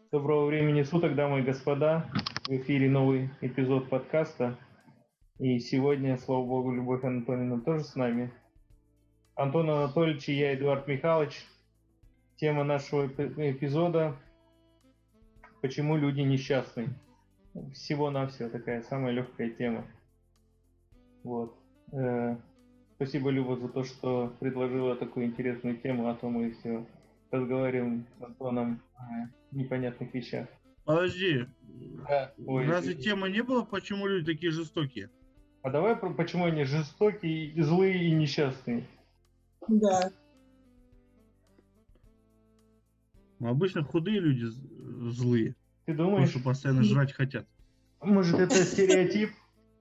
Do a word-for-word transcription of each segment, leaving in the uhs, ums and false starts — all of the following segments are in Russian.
Доброго времени суток, дамы и господа. В эфире новый эпизод подкаста. И сегодня, слава богу, Любовь Анатольевна тоже с нами. Антон Анатольевич и я, Эдуард Михайлович. Тема нашего эпизода – почему люди несчастны. Всего-навсего такая самая легкая тема. Вот. Спасибо, Люба, за то, что предложила такую интересную тему, а то мы все разговариваем с Антоном о непонятных вещах. Подожди, Да. Ой, разве извини. темы не было, почему люди такие жестокие? А давай про почему они жестокие, злые и несчастные. Да. Ну, обычно худые люди з- злые, Ты потому думаешь, что постоянно жрать хотят. может это стереотип?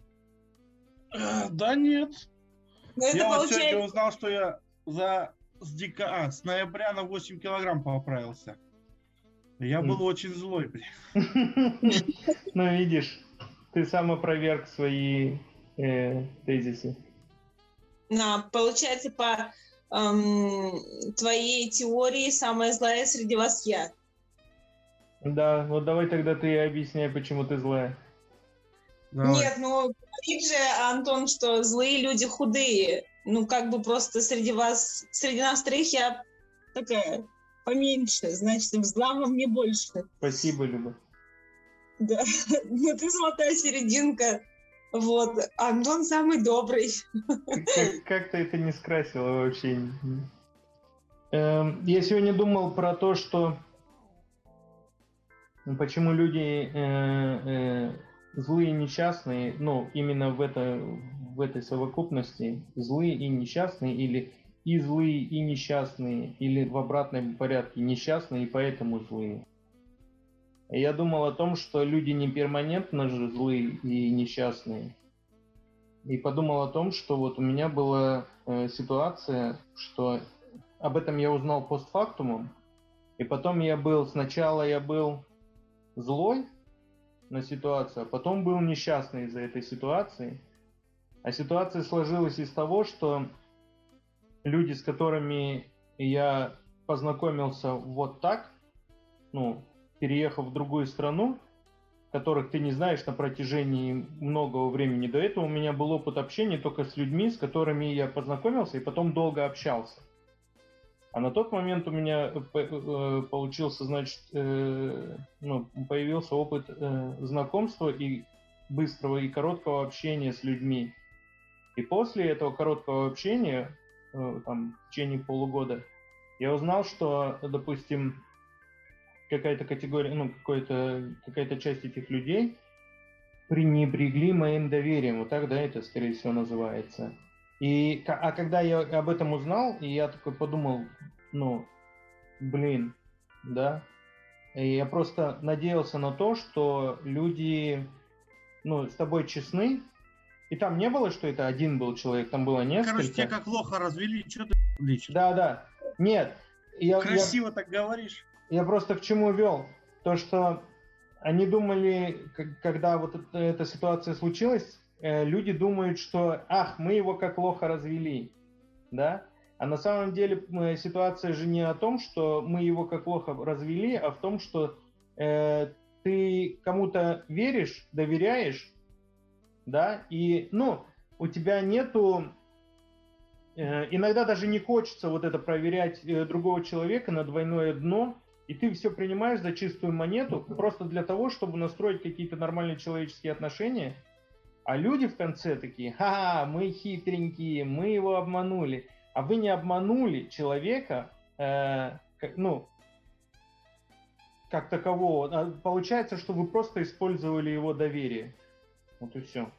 Да нет. Но это Я вот сегодня получается... узнал, что я за с, дика... а, с ноября на восемь килограмм поправился. Я был М. очень злой, блин. Ну, видишь, ты сам опроверг свои э, тезисы. На, получается, по эм, твоей теории самая злая среди вас я. Да, вот давай тогда ты объясняй, почему ты злая. Давай. Нет, ну говорит же Антон, что злые люди худые. Ну, как бы просто среди вас, среди нас троих я такая поменьше, значит, зла во мне больше. Спасибо, Люба. Да, ну ты золотая серединка. Вот, Антон самый добрый. Как- Как-то это не скрасило вообще. Эм, Я сегодня думал про то, что ну, почему люди э, э, злые и несчастные, ну, именно в, это, в этой совокупности, злые и несчастные, или и злые, и несчастные, или в обратном порядке несчастные, и поэтому злые. И я думал о том, что люди не перманентно же злые и несчастные. И подумал о том, что вот у меня была э, ситуация, что об этом я узнал постфактумом, и потом я был, сначала я был злой на ситуацию, а потом был несчастный из-за этой ситуации. А ситуация сложилась из того, что люди, с которыми я познакомился вот так, ну, переехав в другую страну, которых ты не знаешь на протяжении многого времени до этого, у меня был опыт общения только с людьми, с которыми я познакомился и потом долго общался. А на тот момент у меня получился, значит, э, ну, появился опыт э, знакомства и быстрого и короткого общения с людьми. И после этого короткого общения, э, там, в течение полугода, я узнал, что, допустим, какая-то категория, ну, какой-то, какая-то часть этих людей пренебрегли моим доверием. Вот так, да, это, скорее всего, называется. И, а когда я об этом узнал, и я такой подумал, ну, блин, да, и я просто надеялся на то, что люди, ну, с тобой честны, и там не было, что это один был человек, там было несколько. Короче, тебя как лоха развели, что ты лечишь? Да, да, нет. Я, Красиво я, так говоришь. я просто к чему вел? То, что они думали, когда вот эта, эта ситуация случилась, э, люди думают, что, ах, мы его как лоха развели, да? А на самом деле э, ситуация же не о том, что мы его как лоха развели, а в том, что э, ты кому-то веришь, доверяешь, да, и, ну, у тебя нету, э, иногда даже не хочется вот это проверять э, другого человека на двойное дно, и ты все принимаешь за чистую монету просто для того, чтобы настроить какие-то нормальные человеческие отношения. А люди в конце такие, ха-ха, мы хитренькие, мы его обманули. А вы не обманули человека, э, как, ну, как такового. А получается, что вы просто использовали его доверие. Вот и все.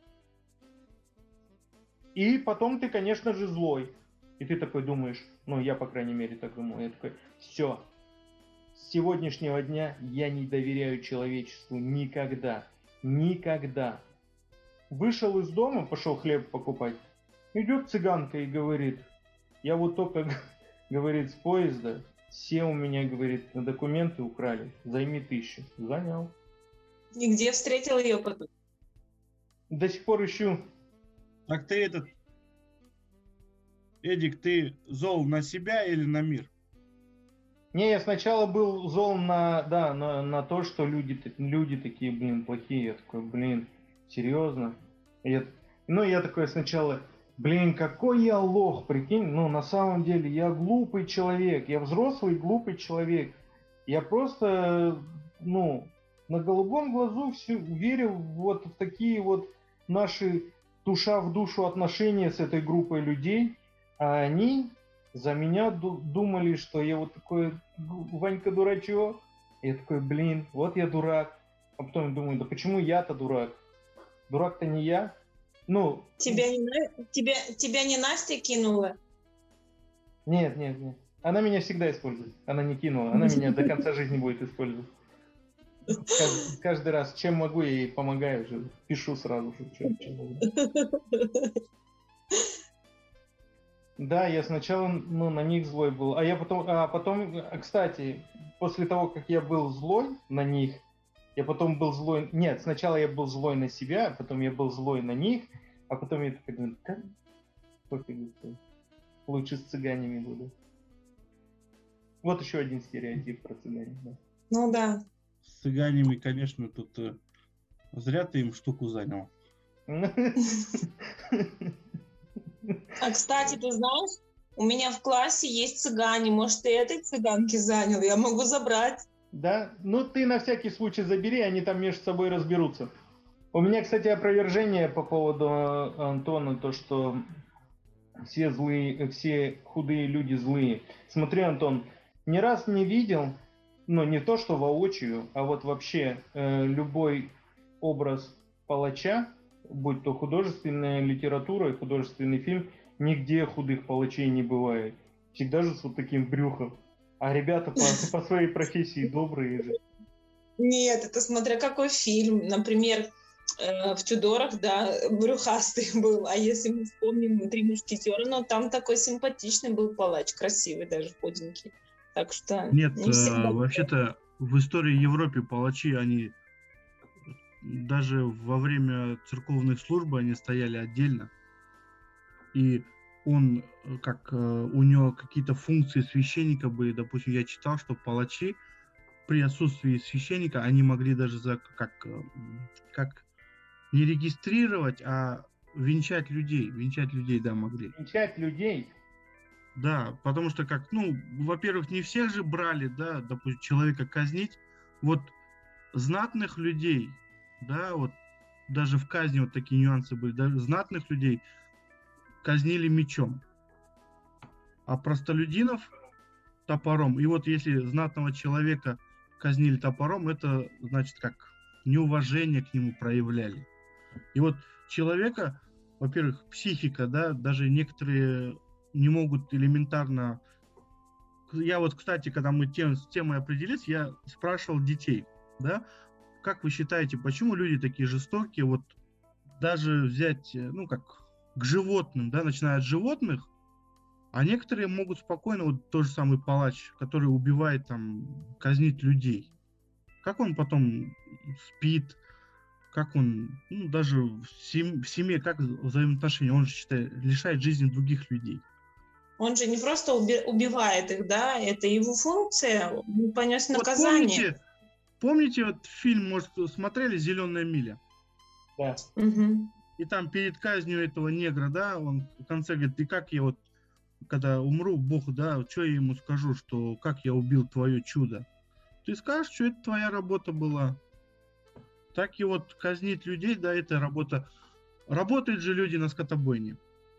И потом ты, конечно же, злой. И ты такой думаешь, ну, я, по крайней мере, так думаю. Я такой, все. С сегодняшнего дня я не доверяю человечеству никогда. Никогда. Вышел из дома, пошел хлеб покупать. Идет цыганка и говорит, я вот только, говорит, с поезда, все у меня, говорит, на документы украли, займи тысячу. Занял. И где встретил ее потом? До сих пор ищу. Так ты этот... Эдик, ты зол на себя или на мир? Не, я сначала был зол на, да, на, на то, что люди, люди такие, блин, плохие. Я такой, блин, серьезно? Я, ну, я такой сначала, блин, какой я лох, прикинь. Ну, на самом деле, я глупый человек. Я взрослый глупый человек. Я просто, ну, на голубом глазу всю верил вот в такие вот наши душа в душу отношения с этой группой людей. А они... За меня думали, что я вот такой Ванька-дурачок. Я такой, блин, вот я дурак. А потом думаю, да почему я-то дурак? Дурак-то не я. Ну... Тебя не, тебя, тебя не Настя кинула? Нет, нет, нет. Она меня всегда использует. Она не кинула. Она меня до конца жизни будет использовать. Каждый, каждый раз, чем могу, я ей помогаю уже. Пишу сразу же. Чем, чем Да, я сначала, ну, на них злой был, а я потом, а потом, кстати, после того, как я был злой на них, я потом был злой, нет, сначала я был злой на себя, потом я был злой на них, а потом я такой, думаю, как, пофигу, лучше с цыганями буду. Вот еще один стереотип про цыгане. Да. Ну да. С цыганями, конечно, тут э, зря ты им штуку занял. А, кстати, ты знаешь, у меня в классе есть цыгане. Может, ты этой цыганки занял? Я могу забрать. Да? Ну, ты на всякий случай забери, они там между собой разберутся. У меня, кстати, опровержение по поводу Антона, то, что все злые, все худые люди злые. Смотри, Антон, ни раз не видел, ну, не то, что воочию, а вот вообще э, любой образ палача, будь то художественная литература и художественный фильм, нигде худых палачей не бывает. Всегда же с вот таким брюхом. А ребята по, по своей профессии добрые же. Нет, это смотря какой фильм. Например, э, в «Тюдорах», да, брюхастый был. А если мы вспомним «Три мушкетера», ну, там такой симпатичный был палач, красивый даже, худенький. Так что... Нет, не всегда... э, вообще-то в истории Европы палачи, они... Даже во время церковной службы они стояли отдельно. И он, как у него какие-то функции священника были, допустим, я читал, что палачи при отсутствии священника, они могли даже за, как, как не регистрировать, а венчать людей. Венчать людей, да, могли. Венчать людей? Да, потому что как, ну, во-первых, не всех же брали, да, допустим, человека казнить. Вот знатных людей, да, вот даже в казни вот такие нюансы были. Даже знатных людей казнили мечом, а простолюдинов топором. И вот если знатного человека казнили топором, это значит как неуважение к нему проявляли. И вот человека, во-первых, психика, да, даже некоторые не могут элементарно... Я вот, кстати, когда мы тем, с темой определились, я спрашивал детей, да, как вы считаете, почему люди такие жестокие? Вот даже взять, ну как, к животным, да, начиная от животных, а некоторые могут спокойно, вот тот же самый палач, который убивает, там, казнит людей. Как он потом спит, как он, ну, даже в, сем- в семье, как взаимоотношения, он же, считает, лишает жизни других людей. Он же не просто уби- убивает их, да, это его функция, он понес Вот наказание. помните, помните вот фильм, может, смотрели «Зеленая миля»? Да. Угу. И там перед казнью этого негра, да, он в конце говорит, и как я вот, когда умру, Бог, да, что я ему скажу, что как я убил твое чудо? Ты скажешь, что это твоя работа была. Так и вот казнить людей, да, это работа. Работают же люди на скотобойне.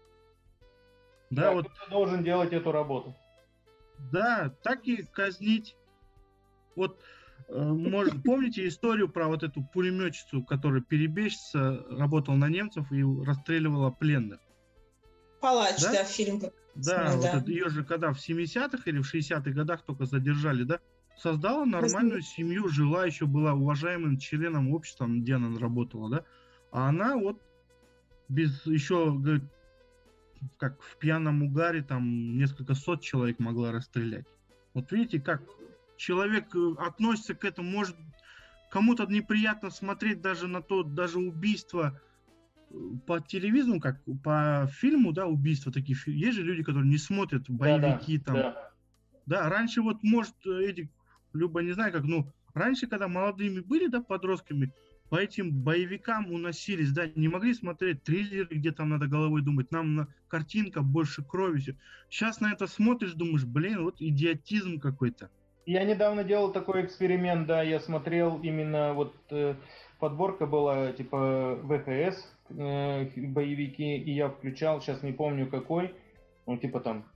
Да, Да, вот. кто должен делать эту работу. Да, так и казнить. Вот, э, может, помните историю про вот эту пулеметчицу, которая перебежчица, работала на немцев и расстреливала пленных? Палач, да, Да? фильм. Да, Ну, вот да. это ее же когда в семидесятых или в шестидесятых годах только задержали, да? Создала нормальную семью, жила, еще была уважаемым членом общества, где она работала, да? А она вот без еще, говорит, как в пьяном угаре, там несколько сот человек могла расстрелять. Вот видите, как человек относится к этому, может кому-то неприятно смотреть даже на то, даже убийство по телевизору, как по фильму, да, убийства такие. Есть же люди, которые не смотрят боевики, Да, там, да. Да, раньше вот, может, эти, Люба, не знаю как, ну, раньше, когда молодыми были, да, подростками, по этим боевикам уносились, да, не могли смотреть триллеры, где там надо головой думать, нам на картинка, больше крови, все. Сейчас на это смотришь, думаешь, блин, вот идиотизм какой-то. Я недавно делал такой эксперимент, да, я смотрел именно вот э, подборка была типа вэ ха эс э, боевики, и я включал, сейчас не помню какой, ну типа там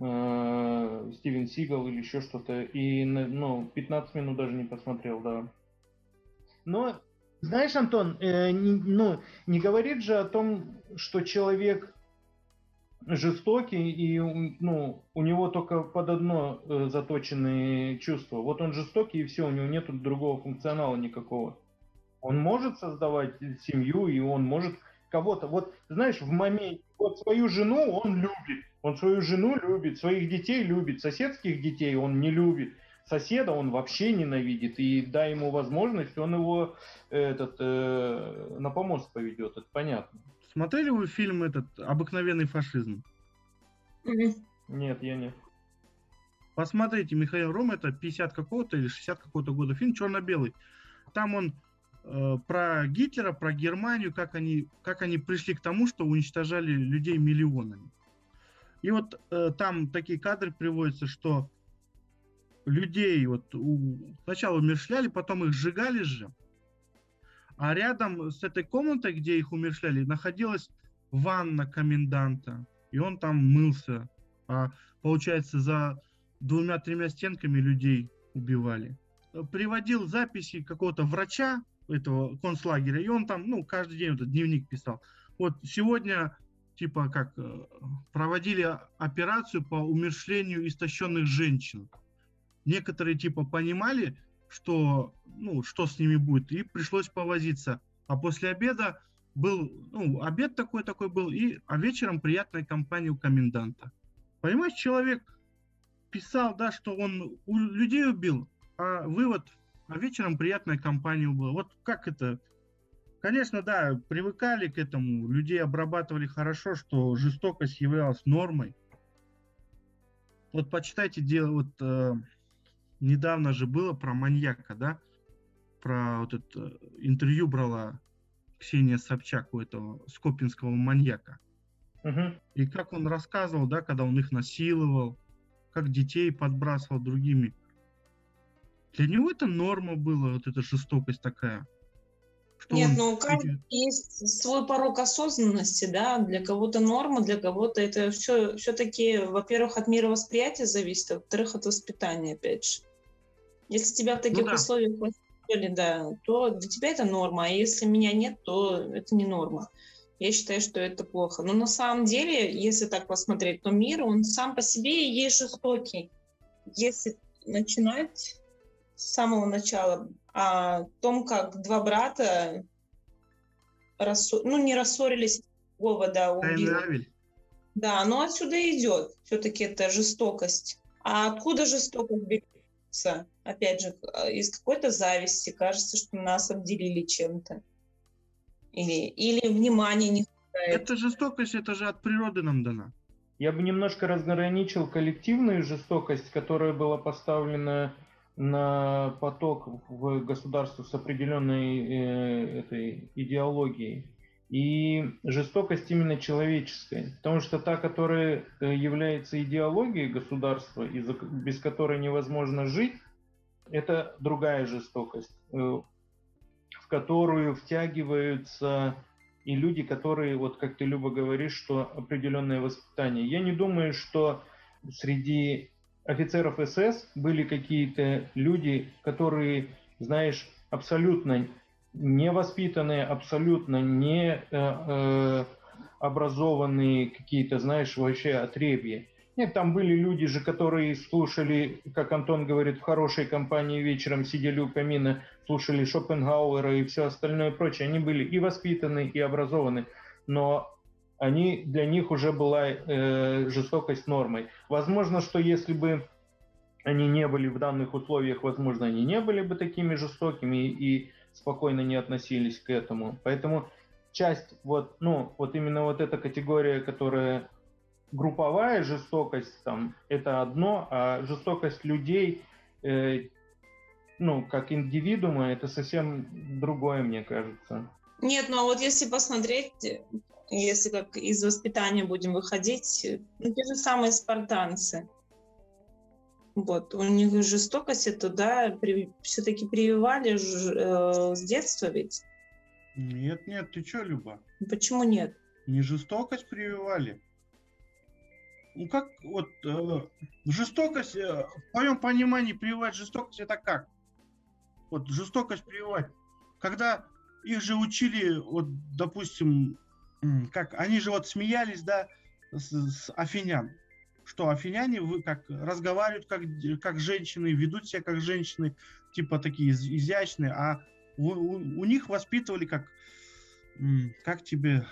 э, Стивен Сигал или еще что-то, и ну пятнадцать минут даже не посмотрел, да. Но знаешь, Антон, э, не, ну не говорит же о том, что человек жестокий, и ну, у него только под одно э, заточенные чувства. Вот он жестокий, и все, у него нет другого функционала никакого. Он может создавать семью, и он может кого-то... Вот, знаешь, в моменте... Вот свою жену он любит. Он свою жену любит, своих детей любит, соседских детей он не любит. Соседа он вообще ненавидит. И дай ему возможность, он его этот, э, на помост поведет. Это понятно. Смотрели вы фильм этот «Обыкновенный фашизм»? Мгм. Нет, я нет. Посмотрите, Михаил Рома, это пятьдесят какого-то или шестьдесят какого-то года фильм, черно-белый. Там он э, про Гитлера, про Германию, как они, как они пришли к тому, что уничтожали людей миллионами. И вот э, там такие кадры приводятся, что людей вот у, сначала умерщвляли, потом их сжигали же. А рядом с этой комнатой, где их умерщвляли, находилась ванна коменданта. И он там мылся. А получается, за двумя-тремя стенками людей убивали. Приводил записи какого-то врача этого концлагеря, и он там, ну, каждый день этот дневник писал. Вот сегодня, типа, как проводили операцию по умерщвлению истощенных женщин. Некоторые, типа, понимали, что, ну, что с ними будет, и пришлось повозиться. А после обеда был, ну, обед такой-такой был, и, а вечером приятная компания у коменданта. Понимаешь, человек писал, да, что он у людей убил, а вывод, а вечером приятная компания была. Вот как это? Конечно, да, привыкали к этому, людей обрабатывали хорошо, что жестокость являлась нормой. Вот почитайте дело, вот э, недавно же было про маньяка, да, про вот это интервью брала Ксения Собчак у этого скопинского маньяка. Угу. И как он рассказывал, да, когда он их насиловал, как детей подбрасывал другими. Для него это норма была, вот эта жестокость такая. Что Нет, он... ну у каждого есть свой порог осознанности, да, для кого-то норма, для кого-то это все, все-таки, во-первых, от мировосприятия зависит, а во-вторых, от воспитания, опять же. Если тебя в таких Ну да. условиях воспитали, да, то для тебя это норма, а если меня нет, то это не норма. Я считаю, что это плохо. Но на самом деле, если так посмотреть, то мир, он сам по себе и есть жестокий. Если начинать с самого начала о том, как два брата рассор... ну, не рассорились, Вова, да, убил. Да, но отсюда идет все-таки это жестокость. А откуда жестокость берется? Опять же, из какой-то зависти. Кажется, что нас обделили чем-то. Или, или внимания не хватает. Это жестокость, это же от природы нам дана. Я бы немножко разграничил коллективную жестокость, которая была поставлена на поток в государство с определенной э, этой идеологией, и жестокость именно человеческая. Потому что та, которая является идеологией государства, и без которой невозможно жить, это другая жестокость, э, в которую втягиваются и люди, которые, вот как ты, Люба, говоришь, что определенное воспитание. Я не думаю, что среди офицеров эс эс были какие-то люди, которые, знаешь, абсолютно невоспитанные, абсолютно не э, э, образованные, какие-то, знаешь, вообще отребья. Нет, там были люди же, которые слушали, как Антон говорит, в хорошей компании вечером сидели у камина, слушали Шопенгауэра и все остальное прочее. Они были и воспитаны, и образованы, но они, для них уже была э, жестокость нормой. Возможно, что если бы они не были в данных условиях, возможно, они не были бы такими жестокими и спокойно не относились к этому. Поэтому часть, вот, ну, вот именно вот эта категория, которая групповая жестокость там это одно, а жестокость людей, э, ну, как индивидуума, это совсем другое, мне кажется. Нет, ну а вот если посмотреть, если как из воспитания будем выходить, ну, те же самые спартанцы. Вот, у них жестокость туда при, все-таки прививали ж, э, с детства ведь. Нет, нет, ты что, Люба? Почему нет? Не жестокость прививали. Ну как вот э, жестокость, э, в моем понимании прививать жестокость это как? Вот жестокость прививать. Когда их же учили, вот, допустим, как они же вот смеялись, да, с, с афинян. Что афиняне вы как разговаривают как, как женщины, ведут себя как женщины, типа такие изящные, а у, у, у них воспитывали как, как тебе,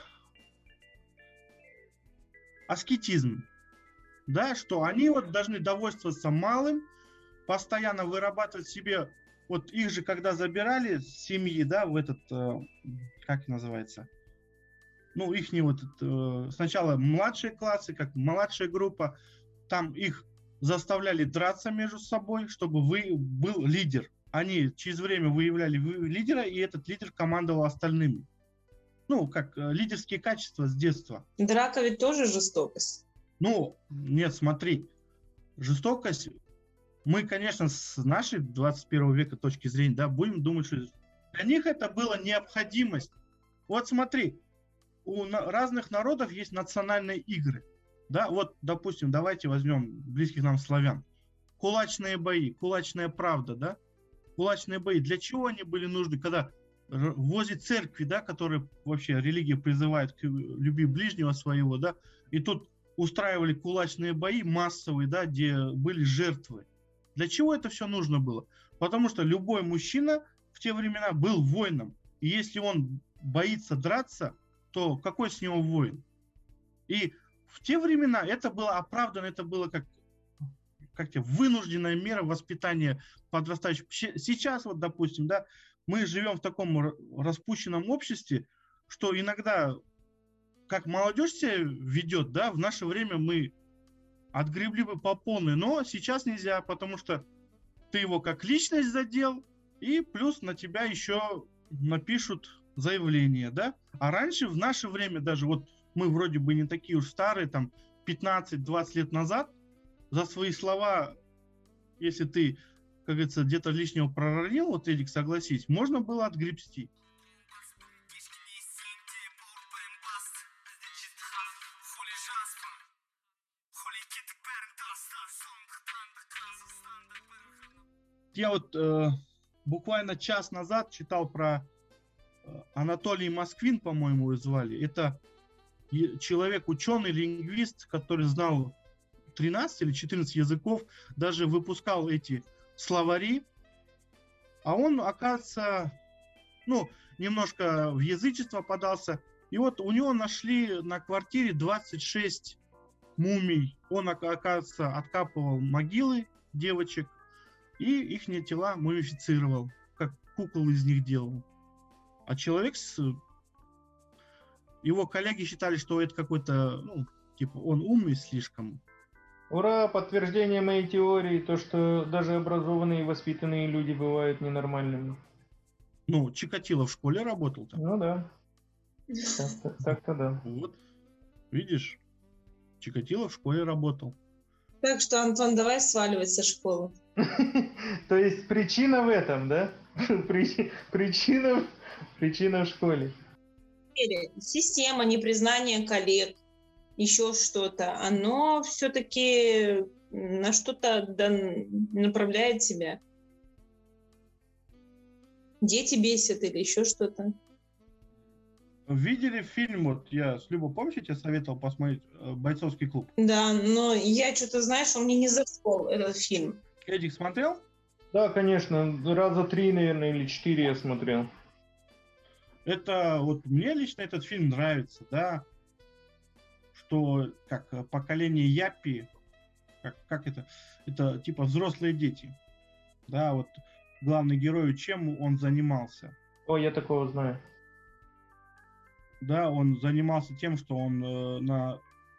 аскетизм, да, что они вот должны довольствоваться малым, постоянно вырабатывать себе, вот их же когда забирали с семьи, да, в этот, как называется, ну, их не вот сначала младшие классы, как младшая группа, там их заставляли драться между собой, чтобы вы был лидер. Они через время выявляли лидера, и этот лидер командовал остальными. Ну, как лидерские качества с детства. Драка ведь тоже жестокость. Ну, нет, смотри, жестокость, мы, конечно, с нашей двадцать первого века точки зрения, да, будем думать, что для них это была необходимость. Вот смотри, у разных народов есть национальные игры. Да, вот, допустим, давайте возьмем близких нам славян. Кулачные бои, кулачная правда, да? Кулачные бои. Для чего они были нужны, когда возле церкви, да, которые вообще религия призывает к любви ближнего своего, да, и тут устраивали кулачные бои массовые, да, где были жертвы. Для чего это все нужно было? Потому что любой мужчина в те времена был воином. И если он боится драться, то какой с него воин? И в те времена это было оправдано, это было как, как тебе, вынужденная мера воспитания подрастающих. Сейчас, вот, допустим, да, мы живем в таком распущенном обществе, что иногда, как молодежь себя ведет, да, в наше время мы отгребли бы по полной, но сейчас нельзя, потому что ты его как личность задел, и плюс на тебя еще напишут заявление, да. А раньше, в наше время даже, вот мы вроде бы не такие уж старые, там, пятнадцать-двадцать лет назад, за свои слова, если ты, как говорится, где-то лишнего проронил, вот, Эдик, согласись, можно было отгребсти. Я вот э, буквально час назад читал про э, Анатолий Москвин, по-моему, его звали. Это человек, ученый, лингвист, который знал тринадцать или четырнадцать языков, даже выпускал эти словари. А он, оказывается, ну, немножко в язычество подался. И вот у него нашли на квартире двадцать шесть мумий. Он, оказывается, откапывал могилы девочек и их тела мумифицировал, как кукол из них делал. А человек, с... его коллеги считали, что это какой-то, ну, типа, он умный слишком. Ура, подтверждение моей теории, то, что даже образованные и воспитанные люди бывают ненормальными. Ну, Чикатило в школе работал там. Ну да. Так-то да. Вот, видишь, Чикатило в школе работал. Так что, Антон, давай сваливать со школы. То есть причина в этом, да? Причина, причина в школе. Система непризнания коллег, еще что-то, оно все-таки на что-то направляет тебя. Дети бесят или еще что-то. Видели фильм, вот я с Любой, помните, я советовал посмотреть «Бойцовский клуб»? Да, но я что-то, знаешь, он мне не зашел, этот фильм. Эдик смотрел? Да, конечно, раза три, наверное, или четыре я смотрел. Это, вот мне лично этот фильм нравится, да, что как поколение Яппи, как, как это, это типа взрослые дети, да, вот главный герой, чем он занимался. О, я такого знаю. Да, он занимался тем, что он э, на как,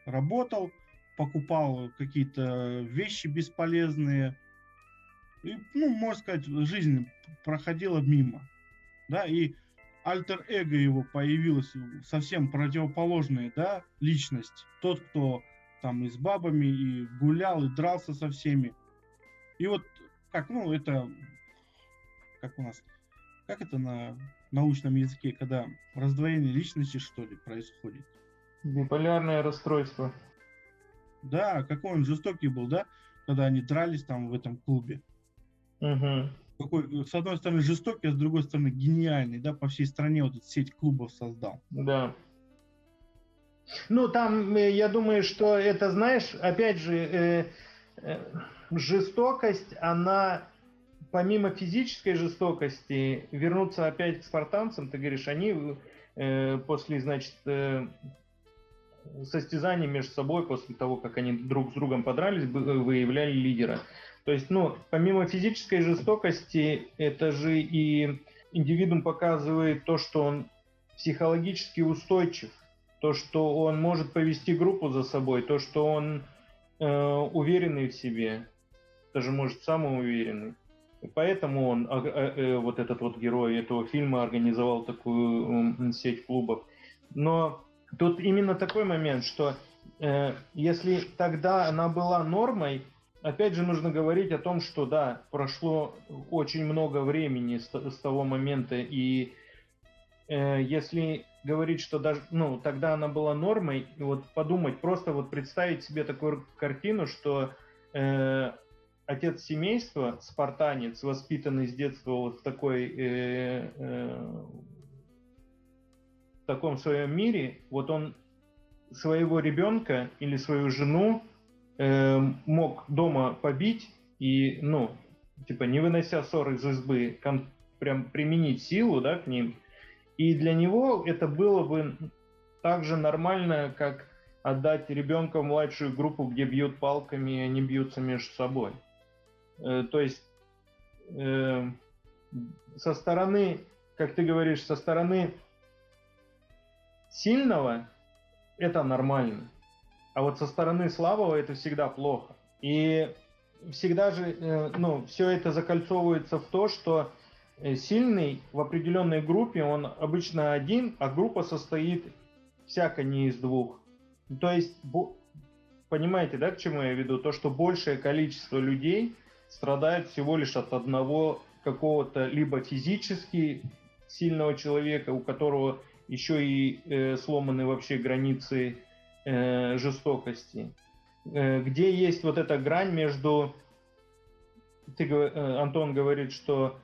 работал, покупал какие-то вещи бесполезные. И, ну, можно сказать, жизнь проходила мимо. Да, и альтер-эго его появилось совсем противоположная, да, личность. Тот, кто там и с бабами, и гулял, и дрался со всеми. И вот, как, ну, это, как у нас, как это на научном языке, когда раздвоение личности, что ли, происходит? Биполярное расстройство. Да, какой он жестокий был, да, когда они дрались там в этом клубе. Угу. Какой, с одной стороны жестокий, а с другой стороны гениальный, да, по всей стране вот эту сеть клубов создал. Да. Ну, там, я думаю, что это, знаешь, опять же, э, э, жестокость, она, помимо физической жестокости, вернуться опять к спартанцам, ты говоришь, они э, после, значит, э, состязаний между собой, после того, как они друг с другом подрались, выявляли лидера. То есть, ну, помимо физической жестокости, это же и индивидуум показывает то, что он психологически устойчив, то, что он может повести группу за собой, то, что он э, уверенный в себе, даже может самоуверенный. И поэтому он, э, э, вот этот вот герой этого фильма, организовал такую э, сеть клубов. Но тут именно такой момент, что э, если тогда она была нормой, опять же нужно говорить о том, что да, прошло очень много времени с, с того момента, и э, если говорить, что даже, ну, тогда она была нормой, и вот подумать, просто вот представить себе такую картину, что э, отец семейства, спартанец, воспитанный с детства вот в такой, э, э, в таком своем мире, вот он своего ребенка или свою жену э, мог дома побить и, ну, типа, не вынося ссор из избы, кон- прям применить силу, да, к ним. И для него это было бы так же нормально, как отдать ребенка в младшую группу, где бьют палками, и они бьются между собой. Э, то есть э, со стороны, как ты говоришь, со стороны сильного это нормально. А вот со стороны слабого это всегда плохо. И всегда же, э, ну, все это закольцовывается в то, что сильный в определенной группе, он обычно один, а группа состоит всяко не из двух. То есть, понимаете, да, к чему я веду? То, что большее количество людей страдает всего лишь от одного какого-то либо физически сильного человека, у которого еще и э, сломаны вообще границы э, жестокости. Э, где есть вот эта грань между... Ты, э, Антон говорит, что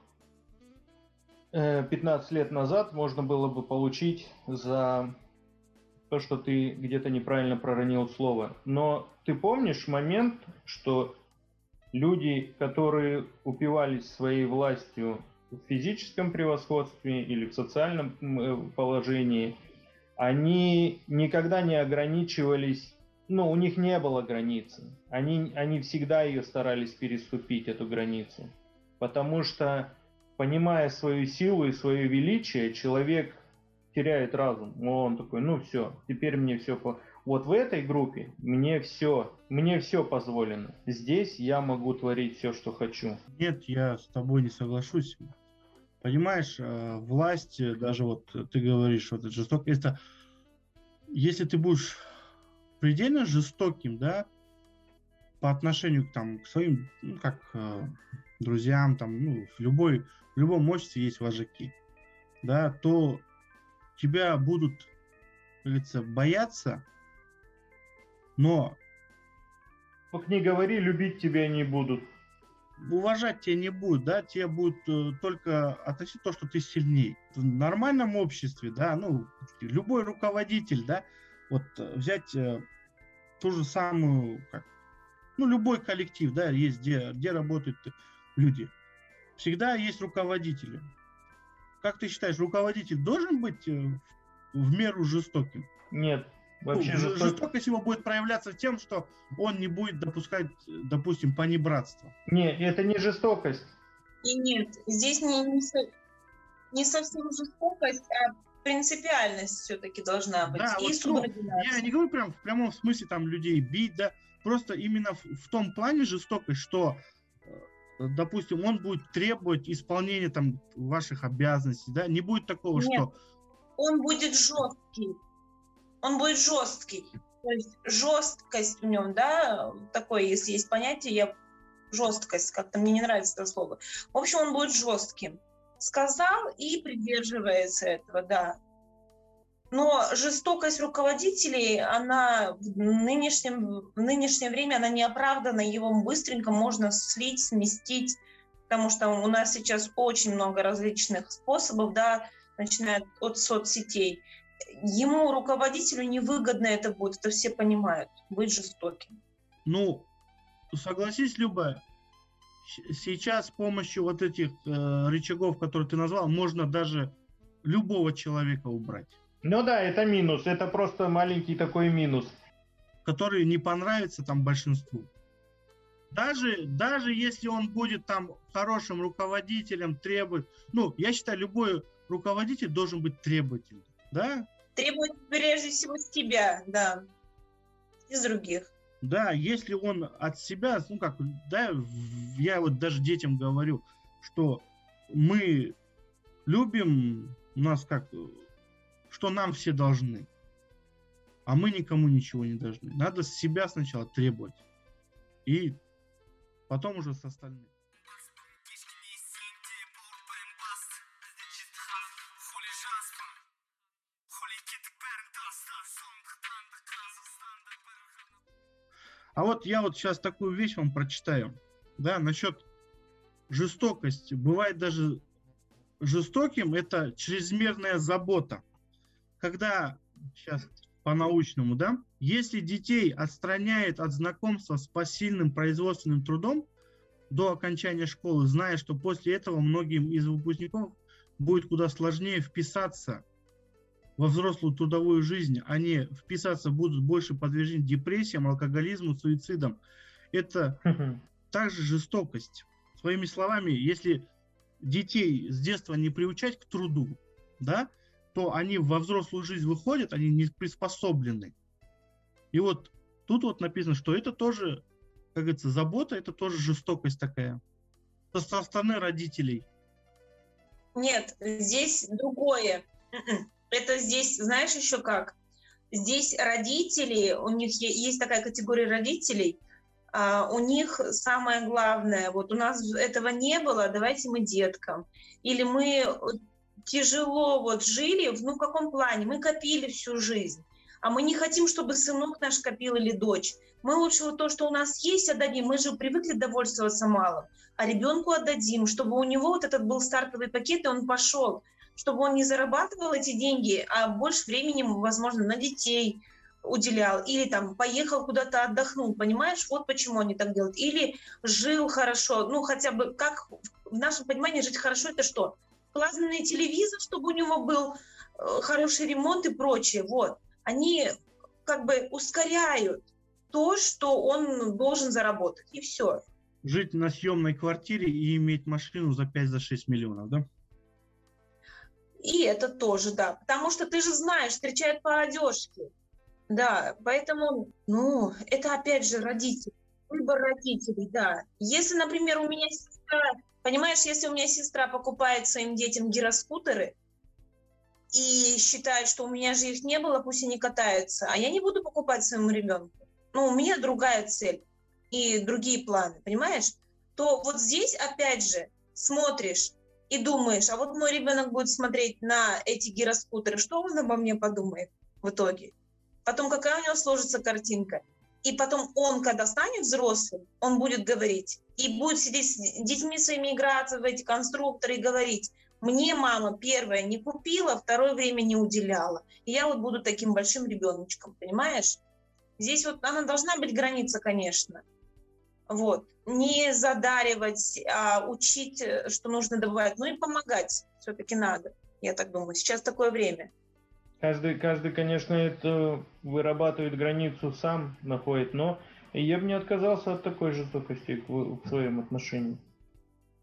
пятнадцать лет назад можно было бы получить за то, что ты где-то неправильно проронил слово. Но ты помнишь момент, что люди, которые упивались своей властью в физическом превосходстве или в социальном положении, они никогда не ограничивались, ну, у них не было границы. Они, они всегда ее старались переступить, эту границу. Потому что, понимая свою силу и свое величие, человек теряет разум. Он такой, ну все, теперь мне все... По... Вот в этой группе мне все, мне все позволено. Здесь я могу творить все, что хочу. Нет, я с тобой не соглашусь. Понимаешь, власть, даже вот ты говоришь, вот это жестоко, это если ты будешь предельно жестоким, да, по отношению к, там, к своим, ну, как друзьям, там, ну, в любой, в любом обществе есть вожаки, да, то тебя будут, как говорится, бояться, но... Как не говори, любить тебя не будут. Уважать тебя не будут, да, тебе будут э, только относить то, что ты сильней. В нормальном обществе, да, ну, любой руководитель, да, вот взять э, ту же самую, как, ну, любой коллектив, да, есть, где, где работают люди. Всегда есть руководители. Как ты считаешь, руководитель должен быть э, в меру жестоким? Нет. Вообще ну, жесток... жестокость его будет проявляться тем, что он не будет допускать, допустим, понебратства. Нет, это не жестокость. И нет, здесь не, не, не совсем жестокость, а принципиальность все-таки должна быть. Да, и вот, ну, субординация. я не говорю прям в прямом смысле там людей бить, да, просто именно в, в том плане жестокость, что, э, допустим, он будет требовать исполнения там ваших обязанностей, да, не будет такого, Нет, что... он будет жесткий, он будет жесткий, то есть жесткость в нем, да, такое, если есть понятие, я жесткость, как-то мне не нравится это слово. В общем, он будет жестким. Сказал и придерживается этого, да. Но жестокость руководителей, она в нынешнем, в нынешнее время, она не оправдана, его быстренько можно слить, сместить, потому что у нас сейчас очень много различных способов, да, начиная от соцсетей. Ему, руководителю, невыгодно это будет, это все понимают, быть жестоким. Ну, согласись, Люба, сейчас с помощью вот этих э, рычагов, которые ты назвал, можно даже любого человека убрать. Ну да, это минус, это просто маленький такой минус. Который не понравится там большинству. Даже, даже если он будет там хорошим руководителем, требует... Ну, я считаю, любой руководитель должен быть требовательным, да? Требует прежде всего с тебя, да, из других. Да, если он от себя, ну как, да, я вот даже детям говорю, что мы любим, у нас как, что нам все должны, а мы никому ничего не должны. Надо с себя сначала требовать, и потом уже с остальным. А вот я вот сейчас такую вещь вам прочитаю, да, насчет жестокости. Бывает даже жестоким это чрезмерная забота. Когда, сейчас по-научному, да, если детей отстраняет от знакомства с посильным производственным трудом до окончания школы, зная, что после этого многим из выпускников будет куда сложнее вписаться во взрослую трудовую жизнь, они вписаться будут больше подвержены депрессиям, алкоголизму, суицидам. Это также жестокость. Своими словами, если детей с детства не приучать к труду, да, то они во взрослую жизнь выходят, они не приспособлены. И вот тут вот написано, что это тоже, как говорится, забота, это тоже жестокость такая со стороны родителей. Нет, здесь другое. Это здесь, знаешь, еще как? Здесь родители, у них есть такая категория родителей, а, у них самое главное, вот у нас этого не было, давайте мы деткам. Или мы тяжело вот жили, ну в каком плане? Мы копили всю жизнь, а мы не хотим, чтобы сынок наш копил или дочь. Мы лучше вот то, что у нас есть, отдадим. Мы же привыкли довольствоваться малым, а ребенку отдадим, чтобы у него вот этот был стартовый пакет, и он пошел. Чтобы он не зарабатывал эти деньги, а больше времени, возможно, на детей уделял. Или там поехал куда-то отдохнул, понимаешь? Вот почему они так делают. Или жил хорошо. Ну, хотя бы как в нашем понимании жить хорошо – это что? Плазменный телевизор, чтобы у него был хороший ремонт и прочее. Вот. Они как бы ускоряют то, что он должен заработать. И все. Жить на съемной квартире и иметь машину за пять-шесть миллионов, да? И это тоже, да. Потому что ты же знаешь, встречают по одежке. Да, поэтому, ну, это опять же родители. Выбор родителей, да. Если, например, у меня сестра, понимаешь, если у меня сестра покупает своим детям гироскутеры и считает, что у меня же их не было, пусть они катаются, а я не буду покупать своему ребенку. Ну, у меня другая цель и другие планы, понимаешь? То вот здесь, опять же, смотришь, и думаешь, а вот мой ребенок будет смотреть на эти гироскутеры, что он обо мне подумает в итоге? Потом какая у него сложится картинка? И потом он, когда станет взрослым, он будет говорить, и будет сидеть с детьми своими играться в эти конструкторы и говорить, мне мама первая не купила, второе время не уделяла. И я вот буду таким большим ребеночком, понимаешь? Здесь вот она должна быть граница, конечно. Вот. Не задаривать, а учить, что нужно добывать, ну и помогать все-таки надо, я так думаю. Сейчас такое время. Каждый, каждый, конечно, это вырабатывает границу сам, находит, но я бы не отказался от такой жестокости в, в своем отношении.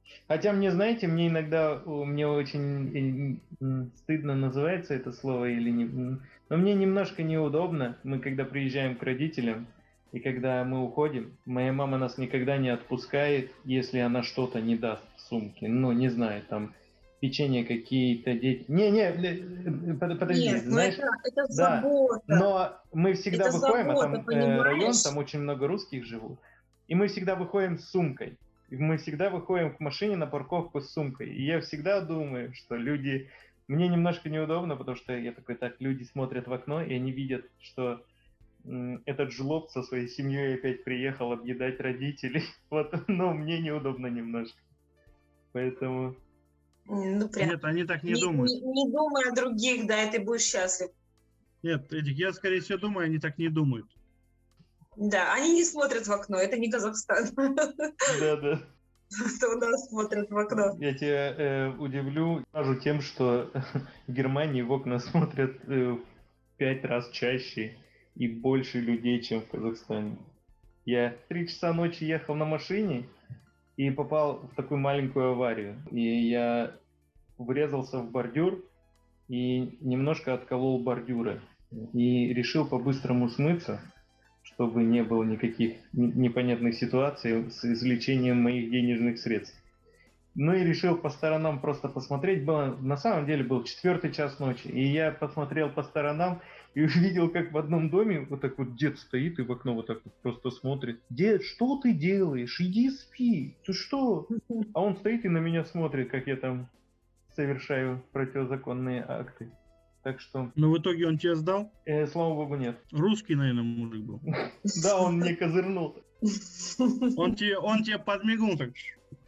Хотя мне, знаете, мне иногда, мне очень стыдно называется это слово или не... Но мне немножко неудобно. Мы когда приезжаем к родителям, и когда мы уходим, моя мама нас никогда не отпускает, если она что-то не даст в сумке. Ну, не знаю, там, печенье какие-то, дети... Не-не, подожди, Нет, ну знаешь... это, это Да, забота. но мы всегда Это выходим, а забота, там э, район, понимаешь? там очень много русских живут, и мы всегда выходим с сумкой. И мы всегда выходим к машине на парковку с сумкой. И я всегда думаю, что люди... Мне немножко неудобно, потому что я такой, так, люди смотрят в окно, и они видят, что м, этот жлоб со своей семьей опять приехал объедать родителей. Вот, но мне неудобно немножко. Поэтому... Ну, прям. Нет, они так не, Не, думают. не, не думай о других, да, и ты будешь счастлив. Нет, Эдик, я, скорее всего, думаю, они так не думают. Да, они не смотрят в окно, это не Казахстан. Да, да. Что у нас смотрят в окно. Я тебя э, удивлю, скажу тем, что в Германии в окна смотрят э, в пять раз чаще и больше людей, чем в Казахстане. Я в три часа ночи ехал на машине и попал в такую маленькую аварию. И я врезался в бордюр и немножко отколол бордюры. И решил по-быстрому смыться, чтобы не было никаких непонятных ситуаций с извлечением моих денежных средств. Ну и решил по сторонам просто посмотреть. Было, на самом деле был четвертый час ночи, и я посмотрел по сторонам и увидел, как в одном доме вот так вот дед стоит и в окно вот так вот просто смотрит. Дед, что ты делаешь? Иди спи. Ты что? А он стоит и на меня смотрит, как я там совершаю противозаконные акты. Так что... Но в итоге он тебя сдал? Э, слава богу, нет. Русский, наверное, мужик был. Да, он мне козырнул. Он тебе, он тебе подмигнул так.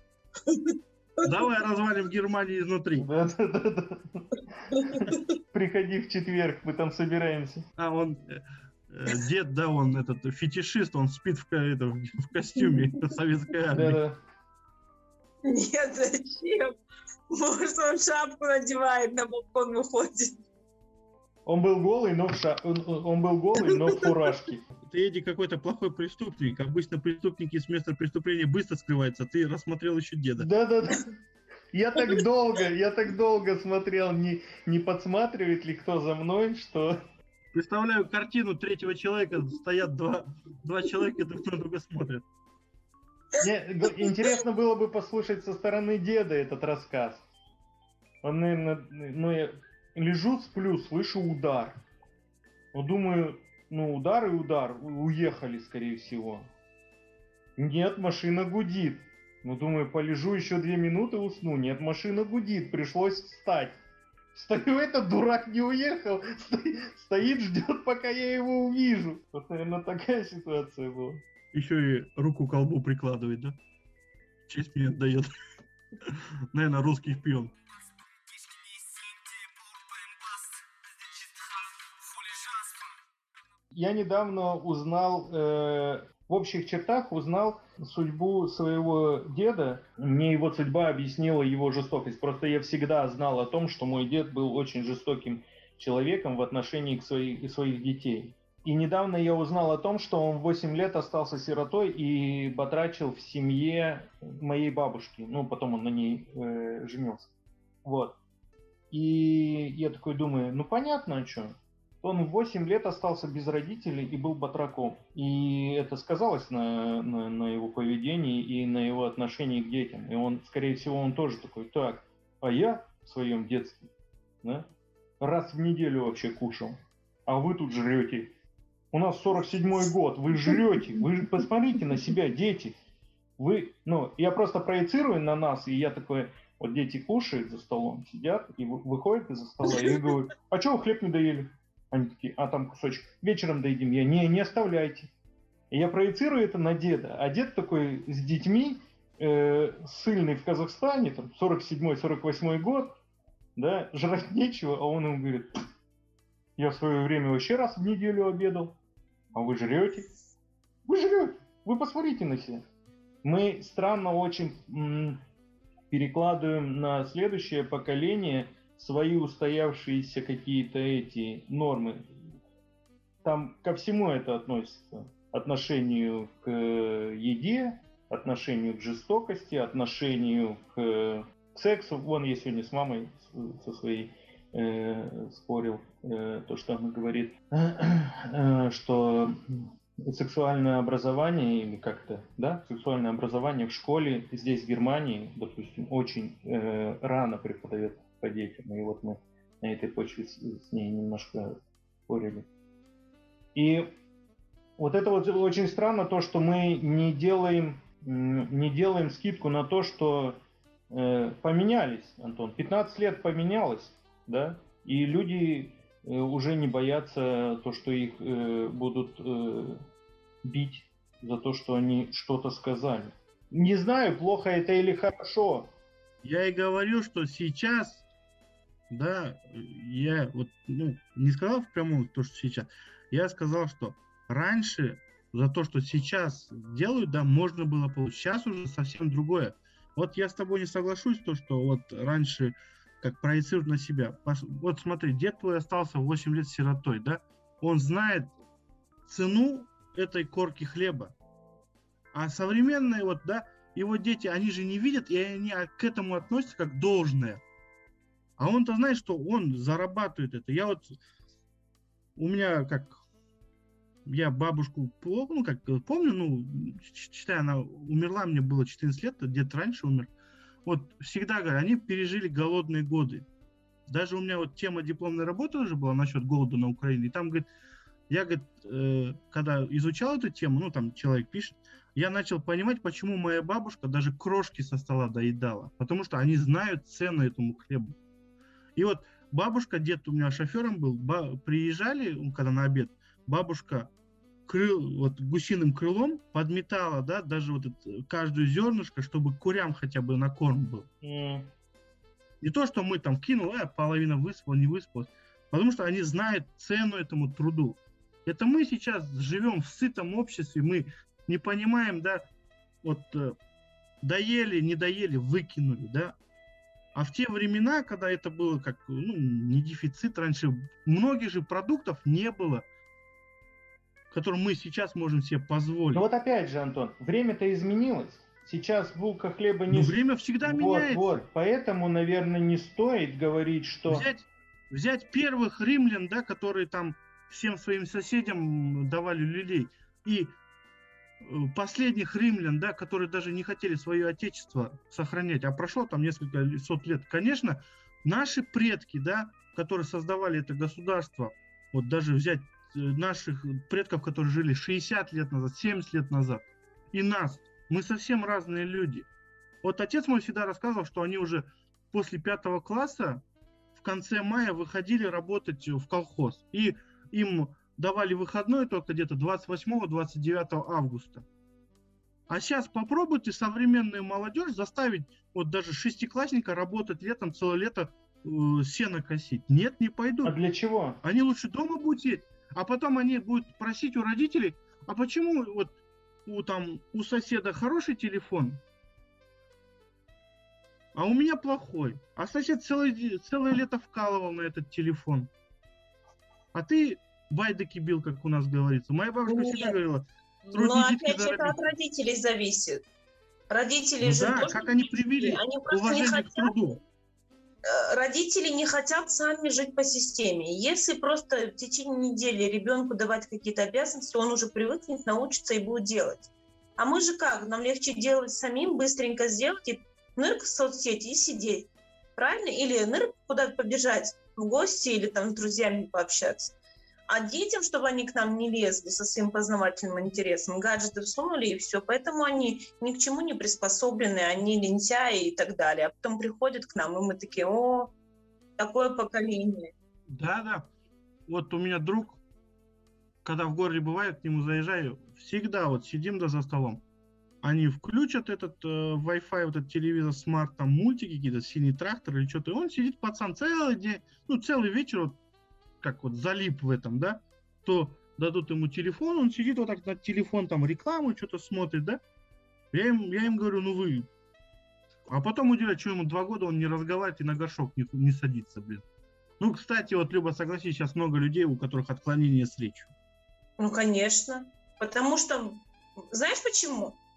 Давай развалим Германию изнутри. Да, да, да, да. Приходи в четверг, мы там собираемся. А он э, дед, да, он этот фетишист, он спит в, это, в костюме советской армии. Да, да. Нет, зачем? Может, он шапку надевает, на балкон выходит. Он был голый, но в ша... он, он был голый, но в фуражке. Ты, Эдди, какой-то плохой преступник. Обычно преступники с места преступления быстро скрываются. Ты рассмотрел еще деда. Да, да, да. Я так долго, я так долго смотрел, не, не подсматривает ли кто за мной, что... Представляю картину третьего человека, стоят два, два человека друг на друга смотрят. Мне интересно было бы послушать со стороны деда этот рассказ. Он, наверное, ну я лежу, сплю, слышу удар. Вот думаю, ну удар и удар, уехали, скорее всего. Нет, машина гудит. Ну думаю, полежу еще две минуты, усну. Нет, машина гудит, пришлось встать. Стою, этот дурак не уехал, стоит, ждет, пока я его увижу. Вот, наверное, такая ситуация была. Еще и руку к колбу прикладывает, да? Честь мне отдает. Наверное, русский шпион. Я недавно узнал, э, в общих чертах узнал судьбу своего деда. Мне его судьба объяснила его жестокость. Просто я всегда знал о том, что мой дед был очень жестоким человеком в отношении к своих, своих детей. И недавно я узнал о том, что он в восемь лет остался сиротой и батрачил в семье моей бабушки. Ну, потом он на ней э, женился. Вот. И я такой думаю, ну понятно, а что? Он в восемь лет остался без родителей и был батраком. И это сказалось на, на, на его поведении и на его отношении к детям. И он, скорее всего, он тоже такой, так, а я в своем детстве, да, раз в неделю вообще кушал, а вы тут жрете. У нас сорок седьмой год, вы жрете, вы посмотрите на себя, дети. Вы, ну, я просто проецирую на нас, и я такой, вот дети кушают за столом, сидят, и выходят из-за стола, и я говорю, а что вы хлеб не доели? Они такие, а там кусочек, вечером доедим. Я, не, не оставляйте. И я проецирую это на деда. А дед такой с детьми, э, ссыльный в Казахстане, там, сорок седьмой сорок восьмой год, да, жрать нечего, а он ему говорит, я в свое время вообще раз в неделю обедал, а вы жрете. Вы жрете, вы посмотрите на себя. Мы странно очень м- перекладываем на следующее поколение свои устоявшиеся какие-то эти нормы. Там ко всему это относится. Отношению к еде, отношению к жестокости, отношению к, к сексу. Вон я сегодня с мамой со своей э, спорил, э, то, что она говорит, э, что сексуальное образование или как-то, да, сексуальное образование в школе здесь, в Германии, допустим, очень э, рано преподается по детям. И вот мы на этой почве с, с ней немножко спорили. И вот это вот очень странно, то, что мы не делаем, не делаем скидку на то, что э, поменялись, Антон. пятнадцать лет поменялось, да, и люди э, уже не боятся то, что их э, будут э, бить за то, что они что-то сказали. Не знаю, плохо это или хорошо. Я и говорю, что сейчас, да, я вот, ну, не сказал в прямом то, что сейчас, я сказал, что раньше за то, что сейчас делают, да, можно было получить. Сейчас уже совсем другое. Вот я с тобой не соглашусь, то, что вот раньше как проецируют на себя. Вот смотри, дед твой остался восемь лет сиротой, да? Он знает цену этой корки хлеба. А современные вот, да, его дети, они же не видят, и они к этому относятся как должное. А он-то знает, что он зарабатывает это. Я вот, у меня как, я бабушку, ну, как помню, ну, считай, она умерла, мне было четырнадцать лет, дед раньше умер. Вот всегда, говорю, они пережили голодные годы. Даже у меня вот тема дипломной работы уже была насчет голода на Украине. И там, говорит, я, говорит, э, когда изучал эту тему, ну, там человек пишет, я начал понимать, почему моя бабушка даже крошки со стола доедала. Потому что они знают цену этому хлебу. И вот бабушка, дед у меня шофером был, ба- приезжали, когда на обед, бабушка крыл, вот гусиным крылом подметала, да, даже вот это, каждую зернышко, чтобы курям хотя бы на корм был. Mm. Не то, что мы там кинули, а половина выспала, не выспалась. Потому что они знают цену этому труду. Это мы сейчас живем в сытом обществе, мы не понимаем, да, вот доели, не доели, выкинули, да. А в те времена, когда это было как, ну, не дефицит, раньше многих же продуктов не было, которые мы сейчас можем себе позволить. Ну вот опять же, Антон, время-то изменилось. Сейчас булка хлеба не... Но время всегда вот, меняется. Вот, поэтому, наверное, не стоит говорить, что... Взять, взять первых римлян, да, которые там всем своим соседям давали люлей, и последних римлян, да, которые даже не хотели свое отечество сохранять, а прошло там несколько сот лет. Конечно, наши предки, да, которые создавали это государство, вот даже взять наших предков, которые жили шестьдесят лет назад, семьдесят лет назад, и нас, мы совсем разные люди. Вот отец мой всегда рассказывал, что они уже после пятого класса в конце мая выходили работать в колхоз, и им давали выходной только где-то двадцать восьмого — двадцать девятого августа. А сейчас попробуйте современную молодежь заставить вот даже шестиклассника работать летом, целое лето э, сено косить. Нет, не пойдут. А для чего? Они лучше дома будут сидеть, а потом они будут просить у родителей, а почему вот у, там, у соседа хороший телефон, а у меня плохой. А сосед целое, целое лето вкалывал на этот телефон. А ты байдыки бил, как у нас говорится. Моя бабушка Нет. всегда говорила, но опять же это от родителей зависит. Родители ну же да, тоже как они привили они уважение не хотят, к труду. Родители не хотят сами жить по системе. Если просто в течение недели ребенку давать какие-то обязанности, он уже привыкнет, научится и будет делать. А мы же как? Нам легче делать самим, быстренько сделать, и нырк в соцсети и сидеть. Правильно? Или нырк куда-то побежать в гости или там с друзьями пообщаться. А детям, чтобы они к нам не лезли со своим познавательным интересом, гаджеты всунули и все. Поэтому они ни к чему не приспособлены, они лентяи и так далее. А потом приходят к нам, и мы такие, о, такое поколение. Да, да. Вот у меня друг, когда в городе бывает, к нему заезжаю, всегда вот сидим да за столом. Они включат этот э, Wi-Fi, вот этот телевизор, смарт, там мультики какие-то, синий трактор или что-то. И он сидит, пацан, целый день, ну целый вечер, вот, как вот залип в этом, да, то дадут ему телефон, он сидит вот так на телефон, там рекламу что-то смотрит, да. Я им, я им говорю, ну вы... А потом удивляюсь, что ему два года он не разговаривает и на горшок не, не садится, блин. Ну, кстати, вот, Люба, согласись, сейчас много людей, у которых отклонение с речью. Ну, конечно. Потому что... Знаешь почему?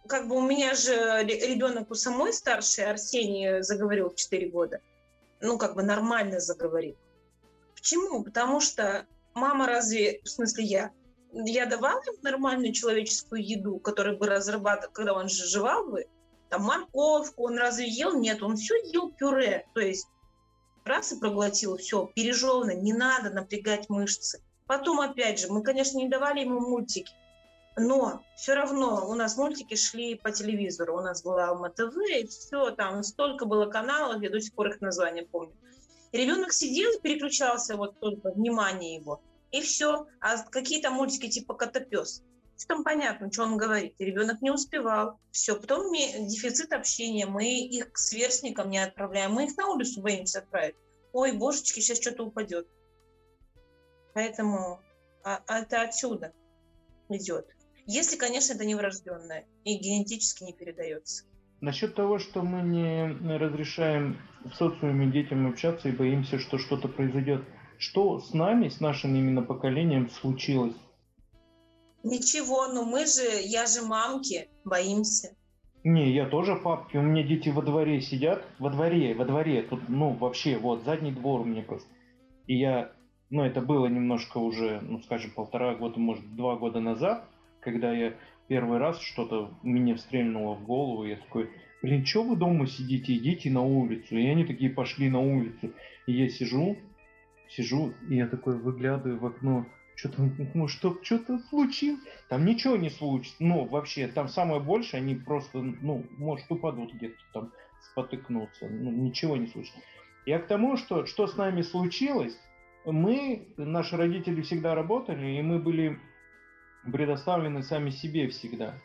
как бы у меня же ребенок у самой старшей, Арсений, заговорил в четыре года. Ну, как бы нормально заговорил. Почему? Потому что мама разве, в смысле я, я давала ему нормальную человеческую еду, которую бы разрабатывал, когда он же жевал бы, там морковку, он разве ел? Нет, он все ел пюре. То есть раз и проглотил, все, пережевано, не надо напрягать мышцы. Потом, опять же, мы, конечно, не давали ему мультики, но все равно у нас мультики шли по телевизору. У нас была Алма ТВ, и все, там столько было каналов, я до сих пор их названия помню. И ребенок сидел и переключался, вот только внимание его, и все. А какие-то мультики типа «Котопес», что там понятно, что он говорит. И ребенок не успевал. Все, потом дефицит общения, мы их к сверстникам не отправляем, мы их на улицу боимся отправить. Ой, божечки, сейчас что-то упадет. Поэтому а, а это отсюда идет. Если, конечно, это не врожденное и генетически не передается. Насчет того, что мы не разрешаем в социуме детям общаться и боимся, что что-то произойдет. Что с нами, с нашим именно поколением случилось? Ничего, но мы же, я же мамки, боимся. Не, я тоже папки. У меня дети во дворе сидят. Во дворе, во дворе. Тут, ну, вообще, вот, задний двор у меня просто. И я, ну, это было немножко уже, ну, скажем, полтора года, может, два года назад, когда я первый раз что-то мне встрельнуло в голову, я такой, блин, что вы дома сидите, идите на улицу. И они такие пошли на улицу. И я сижу, сижу, и я такой выглядываю в окно, что-то, ну, что, что-то случилось. Там ничего не случится. Ну, вообще, там самое большее, они просто, ну, может, упадут где-то там, спотыкнуться. Ну, ничего не случится. Я к тому, что, что с нами случилось, мы, наши родители всегда работали, и мы были предоставлены сами себе всегда.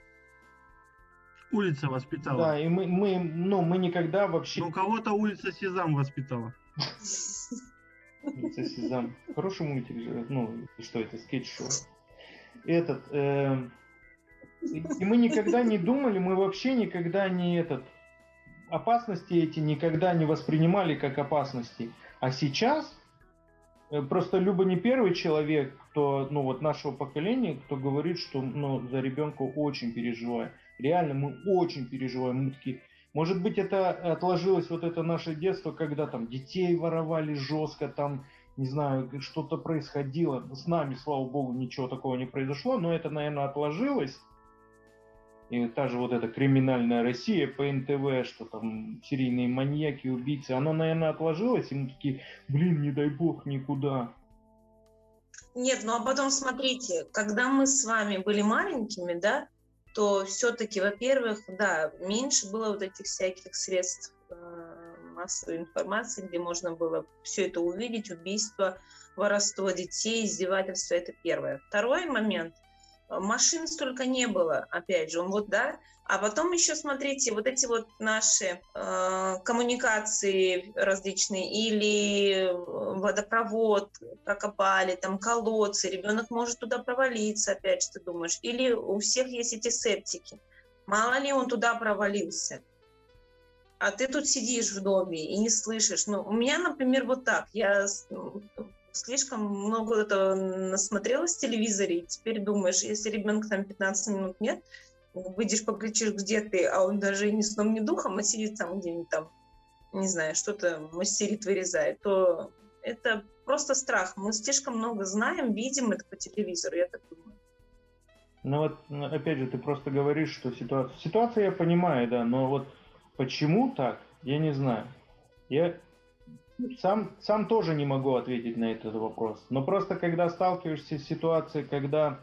Улица воспитала. Да, и мы, мы, ну, мы никогда вообще... Ну, кого-то улица Сезам воспитала. Улица Сезам. Хороший мультик же. Ну, что это, скетч-шоу. Этот... Э, и мы никогда не думали, мы вообще никогда не этот... Опасности эти никогда не воспринимали как опасности. А сейчас... Просто Люба не первый человек, кто, ну вот нашего поколения, кто говорит, что, ну, за ребенка очень переживаем. Реально, мы очень переживаем. Мы такие, может быть, это отложилось вот это наше детство, когда там детей воровали жестко, там, не знаю, что-то происходило. С нами, слава богу, ничего такого не произошло, но это, наверное, отложилось. И та же вот эта криминальная Россия по эн тэ вэ, что там серийные маньяки, убийцы, оно, наверное, отложилось, и мы такие, блин, не дай бог, никуда. Нет, ну а потом смотрите, когда мы с вами были маленькими, да, то все-таки, во-первых, да, меньше было вот этих всяких средств э, массовой информации, где можно было все это увидеть, убийство, воровство детей, издевательство, это первое. Второй момент – машин столько не было, опять же, он вот, да, а потом еще, смотрите, вот эти вот наши э, коммуникации различные, или водопровод прокопали, там колодцы, ребенок может туда провалиться, опять же, ты думаешь, или у всех есть эти септики, мало ли он туда провалился, а ты тут сидишь в доме и не слышишь, ну, у меня, например, вот так, я... слишком много этого насмотрелась в телевизоре, и теперь думаешь, если ребенка там пятнадцать минут нет, выйдешь, покричишь, где ты, а он даже ни сном, ни духом, а сидит там где-нибудь там, не знаю, что-то мастерит, вырезает, то это просто страх. Мы слишком много знаем, видим это по телевизору, я так думаю. Ну вот, опять же, ты просто говоришь, что ситуация... Ситуацию я понимаю, да, но вот почему так, я не знаю. Я... Сам, сам тоже не могу ответить на этот вопрос. Но просто когда сталкиваешься с ситуацией, когда...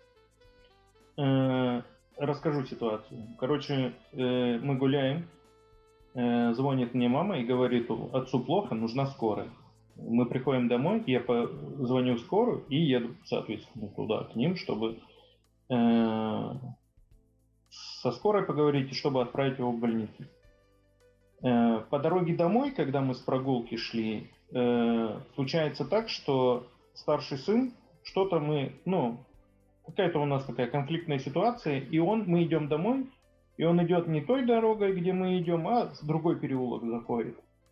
Э, расскажу ситуацию. Короче, э, мы гуляем, э, звонит мне мама и говорит, отцу плохо, нужна скорая. Мы приходим домой, я по, звоню в скорую и еду, соответственно, туда, к ним, чтобы э, со скорой поговорить и чтобы отправить его в больницу. По дороге домой, когда мы с прогулки шли, э, случается так, что старший сын, что-то мы, ну, какая-то у нас такая конфликтная ситуация, и он, мы идем домой, и он идет не той дорогой, где мы идем, а с другой переулок заходит.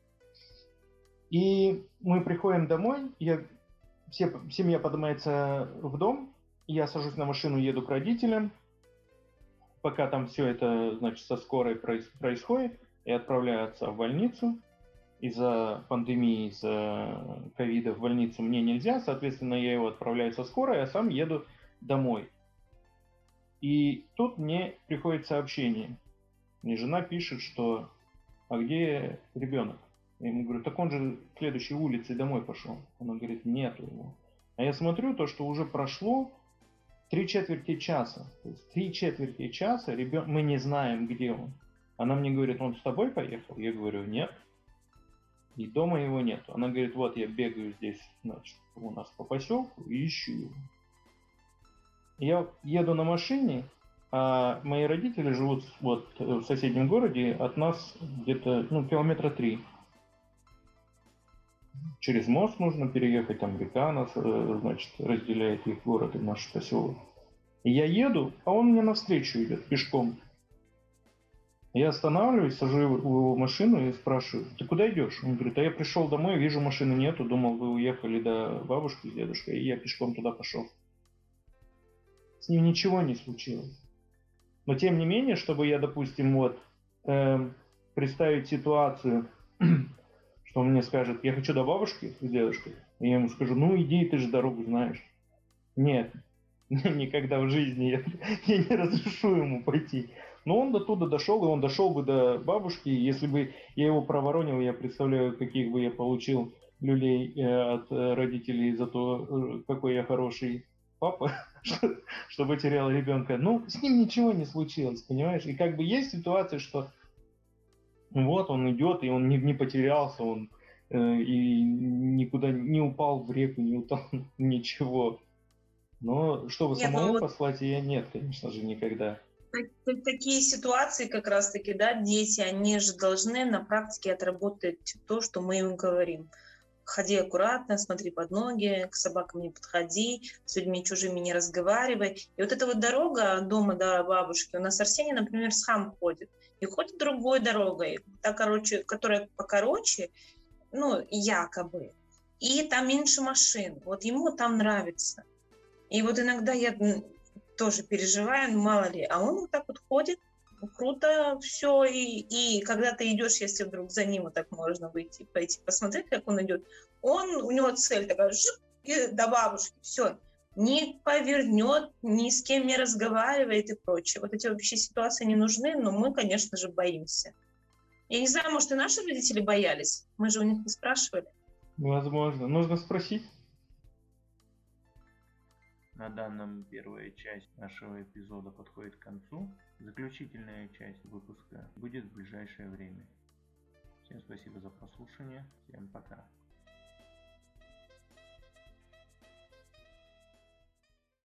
И мы приходим домой, я, все, семья поднимается в дом, я сажусь на машину, еду к родителям. пока там все это, значит, со скорой происходит, я отправляю отца в больницу. Из-за пандемии, из-за ковида в больницу мне нельзя, соответственно, я его отправляю со скорой, а сам еду домой. И тут мне приходит сообщение. Мне жена пишет, что «А где ребенок?» Я ему говорю: «Так он же к следующей улице домой пошел». Она говорит: «Нету его». А я смотрю, то, что уже прошло три четверти часа. То есть три четверти часа ребен... мы не знаем, где он. Она мне говорит: «Он с тобой поехал?» Я говорю: «Нет». И дома его нет. Она говорит: «Вот я бегаю здесь, значит, у нас по поселку и ищу его». Я еду на машине, а мои родители живут вот в соседнем городе от нас где-то, ну, километра три. Через мост нужно переехать, там река нас, значит, разделяет их город и наш поселок. И я еду, а он мне навстречу идет пешком. Я останавливаюсь, сажу его в машину и спрашиваю: «Ты куда идешь?» Он говорит: «А я пришел домой, вижу, машины нету, думал, вы уехали до бабушки с дедушкой, и я пешком туда пошел». С ним ничего не случилось. Но тем не менее, чтобы я, допустим, вот э, представить ситуацию, что он мне скажет: «Я хочу до бабушки с дедушкой», и я ему скажу: «Ну иди, ты же дорогу знаешь». Нет, никогда в жизни я, я не разрешу ему пойти. Но он до туда дошел, и он дошел бы до бабушки. Если бы я его проворонил, я представляю, каких бы я получил люлей э, от э, родителей за то, э, какой я хороший папа, что, что потерял ребенка. Ну, с ним ничего не случилось, понимаешь? И как бы есть ситуация, что вот он идет, и он не, не потерялся, он э, и никуда не упал в реку, не утонул, ничего. Но чтобы Нет, ну самому вот послать, я нет, конечно же, никогда. так- такие ситуации как раз-таки, да, дети, они же должны на практике отработать то, что мы им говорим. Ходи аккуратно, смотри под ноги, к собакам не подходи, с людьми чужими не разговаривай. И вот эта вот дорога от дома до бабушки, у нас Арсений, например, сам ходит. И ходит другой дорогой, та, короче, которая покороче, ну, якобы. И там меньше машин. Вот ему там нравится. И вот иногда я тоже переживаю, ну, мало ли. А он вот так вот ходит, круто все. И, и когда ты идешь, если вдруг за ним вот так можно выйти, пойти посмотреть, как он идет, он, у него цель такая, жук, и до бабушки, все. Не повернет, ни с кем не разговаривает и прочее. Вот эти вообще ситуации не нужны, но мы, конечно же, боимся. Я не знаю, может, и наши родители боялись. Мы же у них не спрашивали. Возможно. Нужно спросить. На данном первая часть нашего эпизода подходит к концу. Заключительная часть выпуска будет в ближайшее время. Всем спасибо за прослушивание. Всем пока.